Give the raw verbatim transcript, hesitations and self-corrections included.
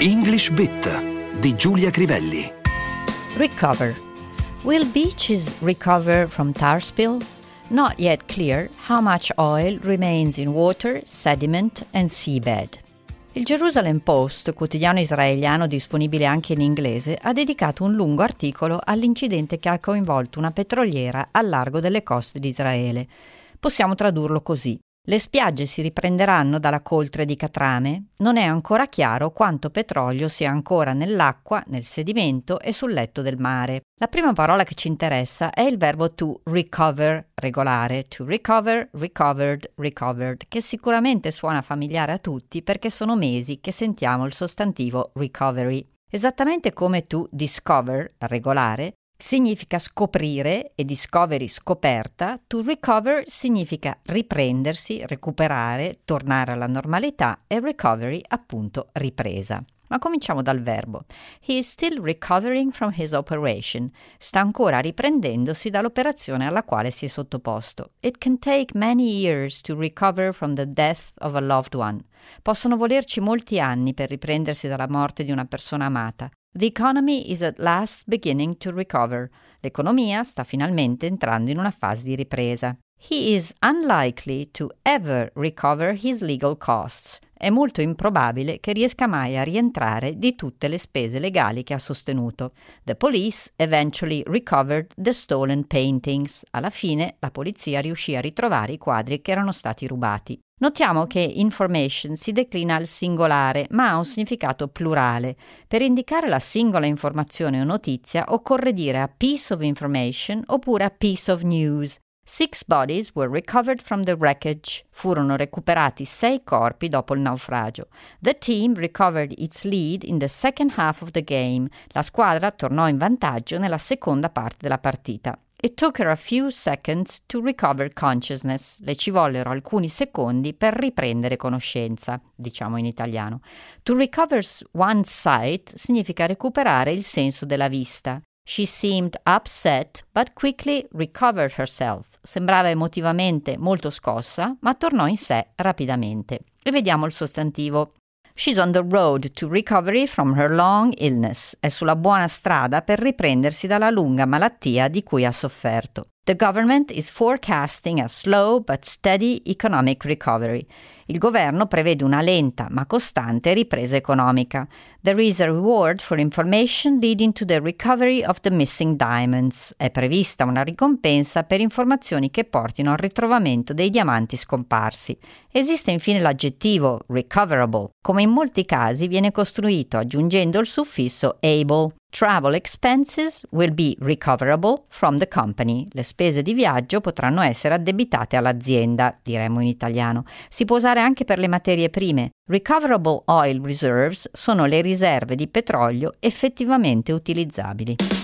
English Bit di Giulia Crivelli. Recover. Will beaches recover from tar spill? Not yet clear how much oil remains in water, sediment and seabed. Il Jerusalem Post, quotidiano israeliano disponibile anche in inglese, ha dedicato un lungo articolo all'incidente che ha coinvolto una petroliera al largo delle coste di Israele. Possiamo tradurlo così: le spiagge si riprenderanno dalla coltre di catrame? Non è ancora chiaro quanto petrolio sia ancora nell'acqua, nel sedimento e sul letto del mare. La prima parola che ci interessa è il verbo to recover, regolare, to recover, recovered, recovered, che sicuramente suona familiare a tutti perché sono mesi che sentiamo il sostantivo recovery. Esattamente come to discover, regolare, significa scoprire e discovery scoperta, to recover significa riprendersi, recuperare, tornare alla normalità e recovery appunto ripresa. Ma cominciamo dal verbo. He is still recovering from his operation. Sta ancora riprendendosi dall'operazione alla quale si è sottoposto. It can take many years to recover from the death of a loved one. Possono volerci molti anni per riprendersi dalla morte di una persona amata. The economy is at last beginning to recover. L'economia sta finalmente entrando in una fase di ripresa. He is unlikely to ever recover his legal costs. È molto improbabile che riesca mai a rientrare di tutte le spese legali che ha sostenuto. The police eventually recovered the stolen paintings. Alla fine la polizia riuscì a ritrovare i quadri che erano stati rubati. Notiamo che information si declina al singolare, ma ha un significato plurale. Per indicare la singola informazione o notizia occorre dire a piece of information oppure a piece of news. Six bodies were recovered from the wreckage. Furono recuperati sei corpi dopo il naufragio. The team recovered its lead in the second half of the game. La squadra tornò in vantaggio nella seconda parte della partita. It took her a few seconds to recover consciousness. Le ci vollero alcuni secondi per riprendere conoscenza, diciamo in italiano. To recover one's sight significa recuperare il senso della vista. She seemed upset, but quickly recovered herself. Sembrava emotivamente molto scossa, ma tornò in sé rapidamente. E vediamo il sostantivo. She's on the road to recovery from her long illness. È sulla buona strada per riprendersi dalla lunga malattia di cui ha sofferto. The government is forecasting a slow but steady economic recovery. Il governo prevede una lenta ma costante ripresa economica. There is a reward for information leading to the recovery of the missing diamonds. È prevista una ricompensa per informazioni che portino al ritrovamento dei diamanti scomparsi. Esiste infine l'aggettivo recoverable. Come in molti casi viene costruito aggiungendo il suffisso able. Travel expenses will be recoverable from the company. Le spese di viaggio potranno essere addebitate all'azienda, diremmo in italiano. Si può usare anche per le materie prime. Recoverable oil reserves sono le riserve di petrolio effettivamente utilizzabili.